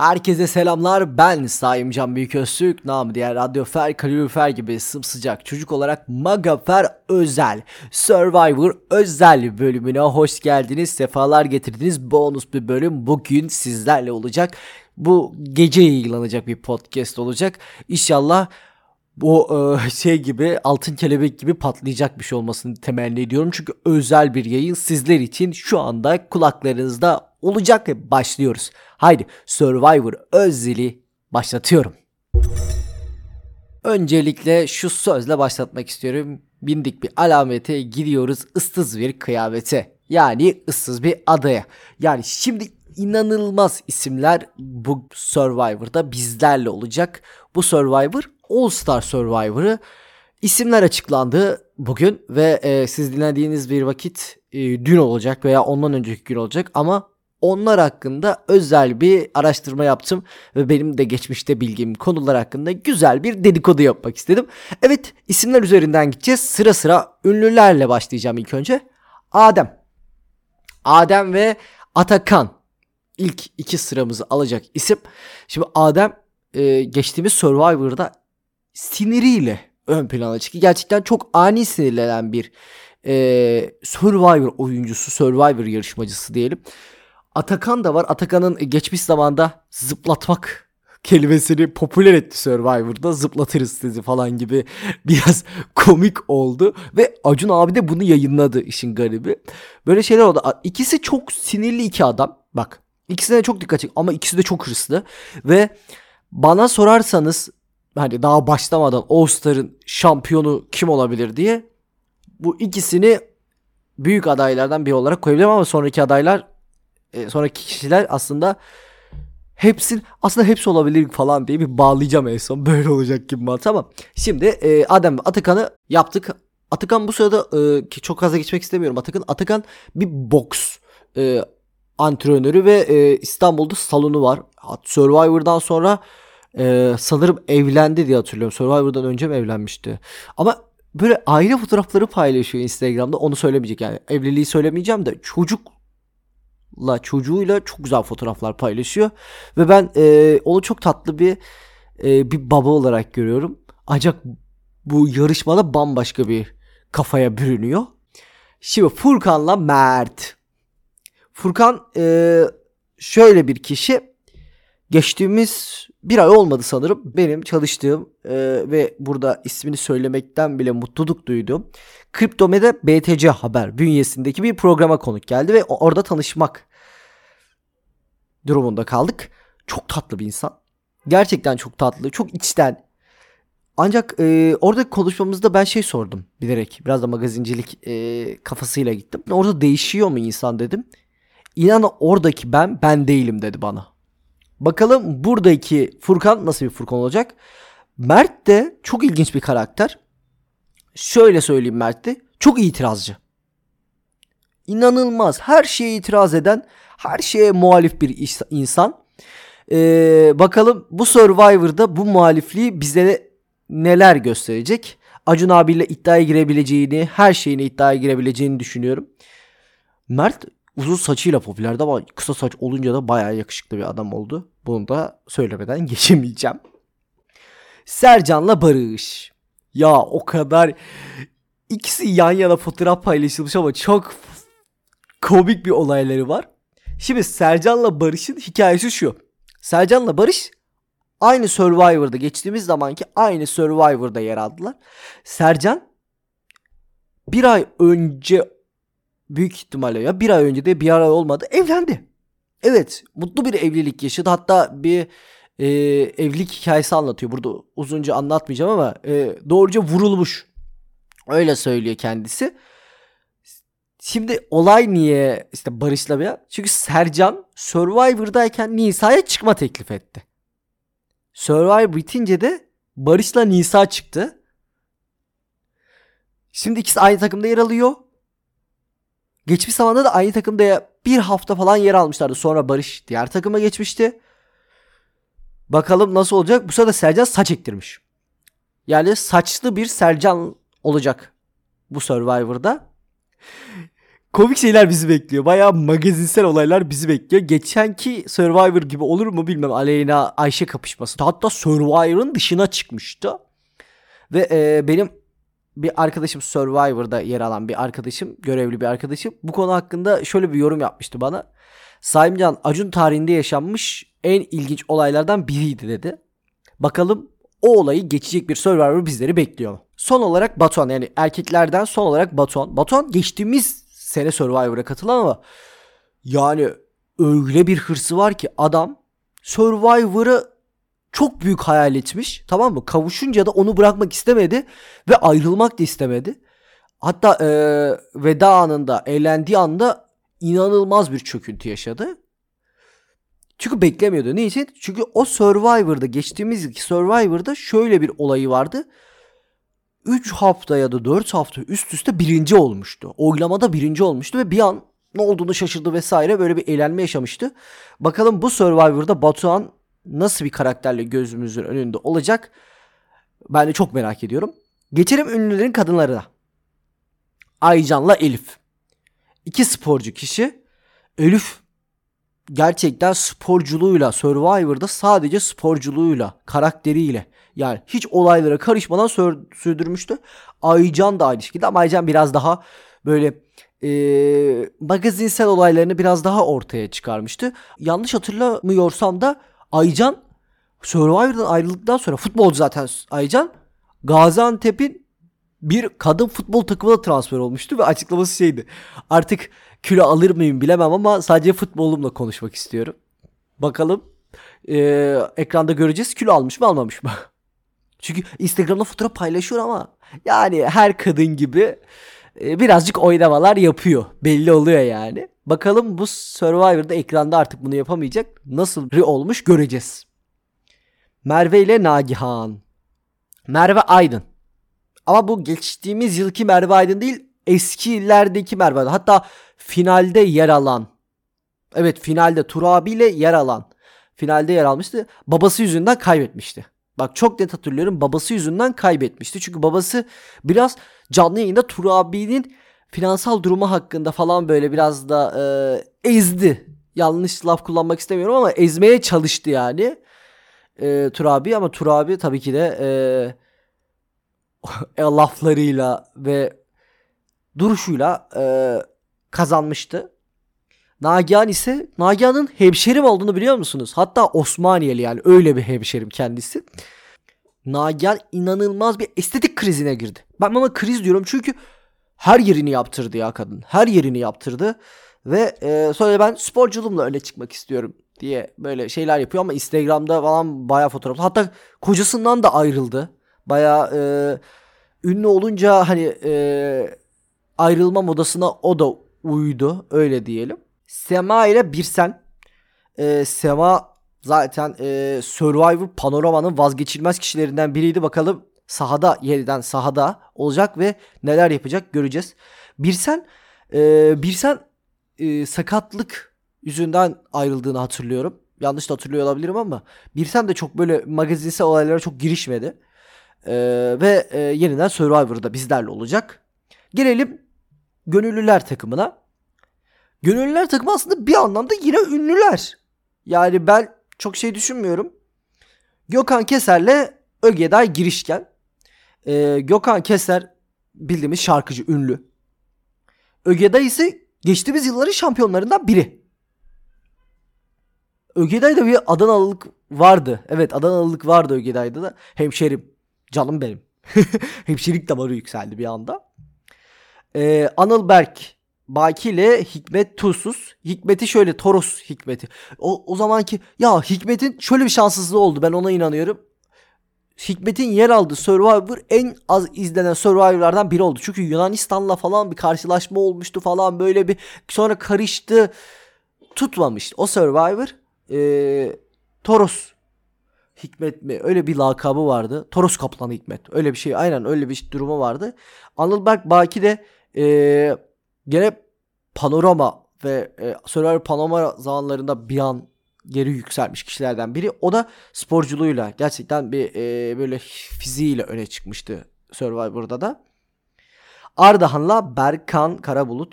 Herkese selamlar, ben Saimcan Büyüköztürk, namı diğer Radyofer, Kalorifer gibi sımsıcak çocuk olarak Magafer Özel Survivor özel bölümüne hoş geldiniz, sefalar getirdiniz. Bonus bir bölüm bugün sizlerle olacak. Bu gece yayınlanacak bir podcast olacak. İnşallah bu gibi altın kelebek gibi patlayacak bir şey olmasını temenni ediyorum. Çünkü özel bir yayın sizler için şu anda kulaklarınızda olacak ve başlıyoruz. Haydi Survivor özeli başlatıyorum. Öncelikle şu sözle başlatmak istiyorum. Bindik bir alamete, gidiyoruz ıssız bir kıyamete. Yani ıssız bir adaya. Yani şimdi inanılmaz isimler bu Survivor'da bizlerle olacak. Bu Survivor All Star Survivor'ı. İsimler açıklandı bugün ve siz dinlediğiniz bir vakit dün olacak veya ondan önceki gün olacak ama onlar hakkında özel bir araştırma yaptım ve benim de geçmişte bildiğim konular hakkında güzel bir dedikodu yapmak istedim. Evet, isimler üzerinden gideceğiz. Sıra sıra ünlülerle başlayacağım ilk önce. Adem ve Atakan ilk iki sıramızı alacak isim. Şimdi Adem geçtiğimiz Survivor'da siniriyle ön plana çıktı. Gerçekten çok ani sinirlenen bir Survivor oyuncusu, Survivor yarışmacısı diyelim. Atakan da var. Atakan'ın geçmiş zamanda zıplatmak kelimesini popüler etti Survivor'da. Zıplatırız sizi falan gibi biraz komik oldu. Ve Acun abi de bunu yayınladı, işin garibi. Böyle şeyler oldu. İkisi çok sinirli iki adam. Bak, ikisine de çok dikkat çek ama ikisi de çok hırslı. Ve bana sorarsanız hani daha başlamadan All Star'ın şampiyonu kim olabilir diye bu ikisini büyük adaylardan biri olarak koyabilirim ama sonraki kişiler aslında hepsi olabilir falan diye bir bağlayacağım en son. Böyle olacak gibi mi? Tamam. Şimdi Adem ve Atakan'ı yaptık. Atakan bu sırada çok fazla geçmek istemiyorum. Atakan bir boks antrenörü ve İstanbul'da salonu var. Survivor'dan sonra sanırım evlendi diye hatırlıyorum. Survivor'dan önce mi evlenmişti? Ama böyle aile fotoğrafları paylaşıyor Instagram'da. Onu söylemeyecek yani. Evliliği söylemeyeceğim de çocuğuyla çok güzel fotoğraflar paylaşıyor. Ve ben onu çok tatlı bir baba olarak görüyorum. Ancak bu yarışmada bambaşka bir kafaya bürünüyor. Şimdi Furkan'la Mert. Furkan şöyle bir kişi. Geçtiğimiz bir ay olmadı sanırım. Benim çalıştığım ve burada ismini söylemekten bile mutluluk duyduğum Kriptome'de BTC Haber bünyesindeki bir programa konuk geldi ve orada tanışmak durumunda kaldık. Çok tatlı bir insan. Gerçekten çok tatlı, çok içten. Ancak orada konuşmamızda ben sordum bilerek. Biraz da magazincilik kafasıyla gittim. Orada değişiyor mu insan dedim. İnan oradaki ben değilim dedi bana. Bakalım buradaki Furkan nasıl bir Furkan olacak? Mert de çok ilginç bir karakter. Şöyle söyleyeyim, Mert de çok itirazcı. İnanılmaz, her şeye itiraz eden, her şeye muhalif bir insan. Bakalım bu Survivor'da bu muhalifliği bize neler gösterecek? Acun abiyle iddiaya girebileceğini, her şeyine iddiaya girebileceğini düşünüyorum. Mert uzun saçıyla popülerdi ama kısa saç olunca da bayağı yakışıklı bir adam oldu. Bunu da söylemeden geçemeyeceğim. Sercan'la Barış. Ya o kadar ikisi yan yana fotoğraf paylaşılmış ama çok komik bir olayları var. Şimdi Sercan'la Barış'ın hikayesi şu. Sercan'la Barış aynı Survivor'da, geçtiğimiz zamanki aynı Survivor'da yer aldılar. Sercan bir ay önce, büyük ihtimalle ya bir ay önce de bir ay olmadı, evlendi. Evet, mutlu bir evlilik yaşadı. Hatta bir evlilik hikayesi anlatıyor. Burada uzunca anlatmayacağım ama doğruca vurulmuş. Öyle söylüyor kendisi. Şimdi olay niye işte Barış'la bir? Çünkü Sercan Survivor'dayken Nisa'ya çıkma teklif etti. Survivor bitince de Barış'la Nisa çıktı. Şimdi ikisi aynı takımda yer alıyor. Geçmiş zamanda da aynı takımda bir hafta falan yer almışlardı. Sonra Barış diğer takıma geçmişti. Bakalım nasıl olacak. Bu sırada Sercan saç ektirmiş. Yani saçlı bir Sercan olacak bu Survivor'da. komik şeyler bizi bekliyor. Bayağı magazinsel olaylar bizi bekliyor. Geçenki Survivor gibi olur mu bilmem. Aleyna Ayşe kapışması. Hatta Survivor'ın dışına çıkmıştı. Ve benim bir arkadaşım, Survivor'da yer alan bir arkadaşım, görevli bir arkadaşım, bu konu hakkında şöyle bir yorum yapmıştı bana. Saimcan, Acun tarihinde yaşanmış en ilginç olaylardan biriydi dedi. Bakalım o olayı geçecek bir Survivor bizleri bekliyor. Son olarak Batuhan, yani erkeklerden son olarak Batuhan. Batuhan geçtiğimiz sene Survivor'a katılan ama yani öyle bir hırsı var ki adam Survivor'ı çok büyük hayal etmiş, tamam mı? Kavuşunca da onu bırakmak istemedi ve ayrılmak da istemedi. Hatta veda anında, eğlendiği anda inanılmaz bir çöküntü yaşadı. Çünkü beklemiyordu. Ne için? Çünkü o Survivor'da, geçtiğimiz yılki Survivor'da şöyle bir olayı vardı. 3 hafta ya da 4 hafta üst üste birinci olmuştu. Oylamada birinci olmuştu ve bir an ne olduğunu şaşırdı vesaire, böyle bir eğlenme yaşamıştı. Bakalım bu Survivor'da Batuhan nasıl bir karakterle gözümüzün önünde olacak? Ben de çok merak ediyorum. Geçelim ünlülerin kadınlarına. Aycan'la Elif. İki sporcu kişi. Elif gerçekten sporculuğuyla, Survivor'da sadece sporculuğuyla, karakteriyle, yani hiç olaylara karışmadan sürdürmüştü. Aycan da aynı şekilde ama Aycan biraz daha böyle magazinsel olaylarını biraz daha ortaya çıkarmıştı. Yanlış hatırlamıyorsam da Aycan Survivor'dan ayrıldıktan sonra, futbolcu zaten Aycan, Gaziantep'in bir kadın futbol takımına transfer olmuştu ve açıklaması şeydi: artık kilo alır mıyım bilemem ama sadece futbolumla konuşmak istiyorum. Bakalım ekranda göreceğiz, kilo almış mı almamış mı? Çünkü Instagram'da fotoğraf paylaşıyor ama yani her kadın gibi birazcık oynamalar yapıyor. Belli oluyor yani. Bakalım bu Survivor'da ekranda artık bunu yapamayacak. Nasıl bir olmuş göreceğiz. Merve ile Nagihan. Merve Aydın. Ama bu geçtiğimiz yılki Merve Aydın değil, eskilerdeki Merve Aydın. Hatta finalde yer alan. Evet, finalde Turabi ile yer alan. Finalde yer almıştı. Babası yüzünden kaybetmişti. Bak çok net hatırlıyorum, babası yüzünden kaybetmişti. Çünkü babası biraz canlı yayında Turabi'nin finansal durumu hakkında falan böyle biraz da ezdi. Yanlış laf kullanmak istemiyorum ama ezmeye çalıştı yani Turabi, ama Turabi tabii ki de laflarıyla ve duruşuyla kazanmıştı. Nagihan ise, Nagihan'ın hemşerim olduğunu biliyor musunuz? Hatta Osmaniyeli, yani öyle bir hemşerim kendisi. Nagihan inanılmaz bir estetik krizine girdi. Ben ona kriz diyorum çünkü her yerini yaptırdı ya kadın. Her yerini yaptırdı. Ve sonra ben sporculuğumla öne çıkmak istiyorum diye böyle şeyler yapıyor ama Instagram'da falan bayağı fotoğraflı. Hatta kocasından da ayrıldı. Bayağı ünlü olunca hani ayrılma modasına o da uydu, öyle diyelim. Sema ile Birsen. Sema zaten Survivor Panorama'nın vazgeçilmez kişilerinden biriydi. Bakalım sahada, yeniden sahada olacak ve neler yapacak göreceğiz. Birsen sakatlık yüzünden ayrıldığını hatırlıyorum. Yanlış da hatırlıyor olabilirim ama Birsen de çok böyle magazinsel olaylara çok girişmedi. Ve yeniden Survivor'da bizlerle olacak. Gelelim Gönüllüler takımına. Gönüllüler takımı aslında bir anlamda yine ünlüler. Yani ben çok şey düşünmüyorum. Gökhan Keser'le Ögeday girişken. Gökhan Keser bildiğimiz şarkıcı, ünlü. Ögeday ise geçtiğimiz yılların şampiyonlarından biri. Ögeday'da bir Adanalılık vardı. Evet, Adanalılık vardı Ögeday'da da. Hemşerim. Canım benim. Hemşirik damarı yükseldi bir anda. Anıl Berk Baki ile Hikmet Tuzsuz. Hikmet'i şöyle, Toros Hikmet'i. O zamanki ya Hikmet'in şöyle bir şanssızlığı oldu. Ben ona inanıyorum. Hikmet'in yer aldığı Survivor en az izlenen Survivor'lardan biri oldu. Çünkü Yunanistan'la falan bir karşılaşma olmuştu falan, böyle bir sonra karıştı. Tutmamış. O Survivor Toros Hikmet mi? Öyle bir lakabı vardı. Toros Kaplanı Hikmet. Öyle bir şey. Aynen öyle bir durumu vardı. Anıl Berk Baki de gene Panorama ve Survivor Panorama zamanlarında bir an geri yükselmiş kişilerden biri. O da sporculuğuyla gerçekten bir böyle fiziğiyle öne çıkmıştı Survivor'da da. Ardahan'la Berkan Karabulut.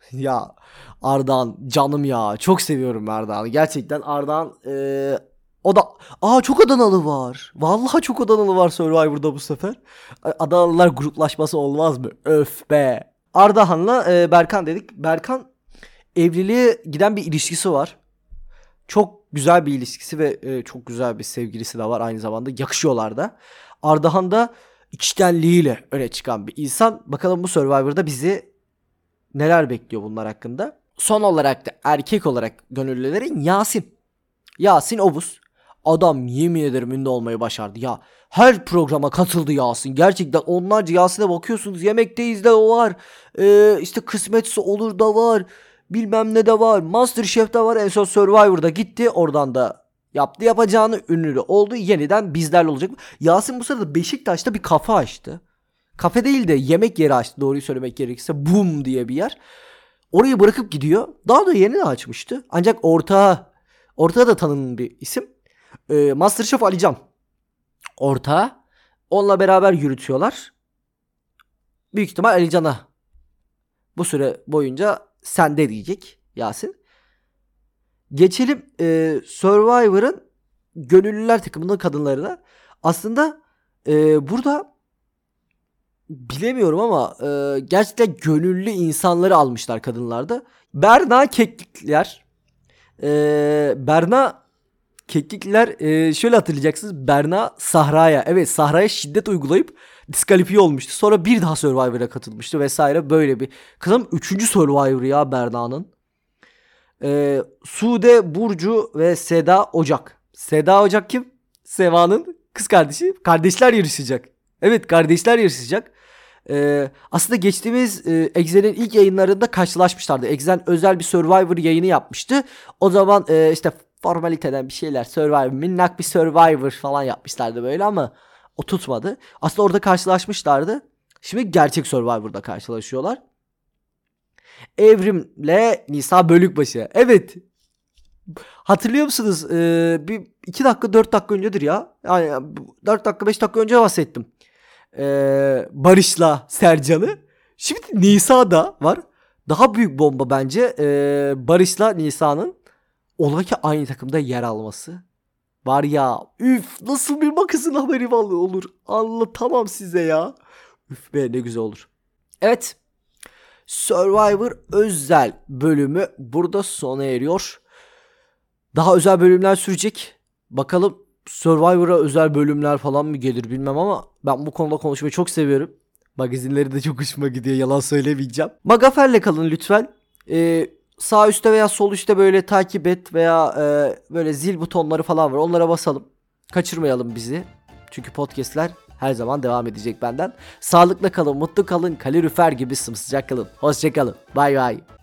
Ya Ardahan canım ya. Çok seviyorum Ardahan'ı. Gerçekten Ardahan o da çok Adanalı var. Vallahi çok Adanalı var Survivor'da bu sefer. Adanalılar gruplaşması olmaz mı? Öf be. Ardahan'la Berkan dedik. Berkan evliliğe giden bir ilişkisi var. Çok güzel bir ilişkisi ve çok güzel bir sevgilisi de var aynı zamanda. Yakışıyorlar da. Ardahan da içtenliğiyle öne çıkan bir insan. Bakalım bu Survivor'da bizi neler bekliyor bunlar hakkında. Son olarak da erkek olarak gönüllülerin Yasin. Yasin Obuz. Adam yemin ederim ünlü olmayı başardı ya. Her programa katıldı Yasin. Gerçekten onlarca Yasin'e bakıyorsunuz. Yemekteyiz de o var. İşte kısmetse olur da var. Bilmem ne de var. MasterChef'te var. En son Survivor'da gitti. Oradan da yapacağını ünlü de oldu. Yeniden bizlerle olacak. Yasin bu sırada Beşiktaş'ta bir kafe açtı. Kafe değil de yemek yeri açtı. Doğruyu söylemek gerekirse. Boom diye bir yer. Orayı bırakıp gidiyor. Daha da yeni de açmıştı. Ancak ortağı da tanınan bir isim. MasterChef Alican. Ortağı. Onunla beraber yürütüyorlar. Büyük ihtimal Alican'a bu süre boyunca sende diyecek Yasin. Geçelim Survivor'ın gönüllüler takımının kadınlarına. Aslında burada bilemiyorum ama gerçekten gönüllü insanları almışlar kadınlarda. Berna Keklikler şöyle hatırlayacaksınız. Berna Sahra'ya. Evet, Sahra'ya şiddet uygulayıp diskalifiye olmuştu. Sonra bir daha Survivor'a katılmıştı vesaire, böyle bir. Kızım 3. Survivor ya Berna'nın. Sude Burcu ve Seda Ocak. Seda Ocak kim? Seva'nın kız kardeşi. Kardeşler yarışacak. Evet, kardeşler yarışacak. Aslında geçtiğimiz Exxen'in ilk yayınlarında karşılaşmışlardı. Exxen özel bir Survivor yayını yapmıştı. O zaman işte formaliteden bir şeyler, Survivor, minnak bir Survivor falan yapmışlardı böyle ama o tutmadı. Aslında orada karşılaşmışlardı. Şimdi gerçek Survivor'da karşılaşıyorlar. Evrim'le Nisa Bölükbaşı. Evet. Hatırlıyor musunuz? Bir 2 dakika 4 dakika öncedir ya. Yani 4 dakika 5 dakika önce bahsettim. Barış'la Sercan'ı. Şimdi Nisa da var. Daha büyük bomba bence Barış'la Nisa'nın ola ki aynı takımda yer alması. Var ya, üf, nasıl bir makasın haberi olur. Anlatamam size ya. Üf be, ne güzel olur. Evet. Survivor özel bölümü burada sona eriyor. Daha özel bölümler sürecek. Bakalım Survivor'a özel bölümler falan mı gelir bilmem ama ben bu konuda konuşmayı çok seviyorum. Magazinleri de çok hoşuma gidiyor, yalan söylemeyeceğim. Magafer'le kalın lütfen. Sağ üstte veya sol üstte böyle takip et veya böyle zil butonları falan var. Onlara basalım. Kaçırmayalım bizi. Çünkü podcastler her zaman devam edecek benden. Sağlıkla kalın, mutlu kalın, kalorifer gibi sımsıcak kalın. Hoşça kalın. Bay bay.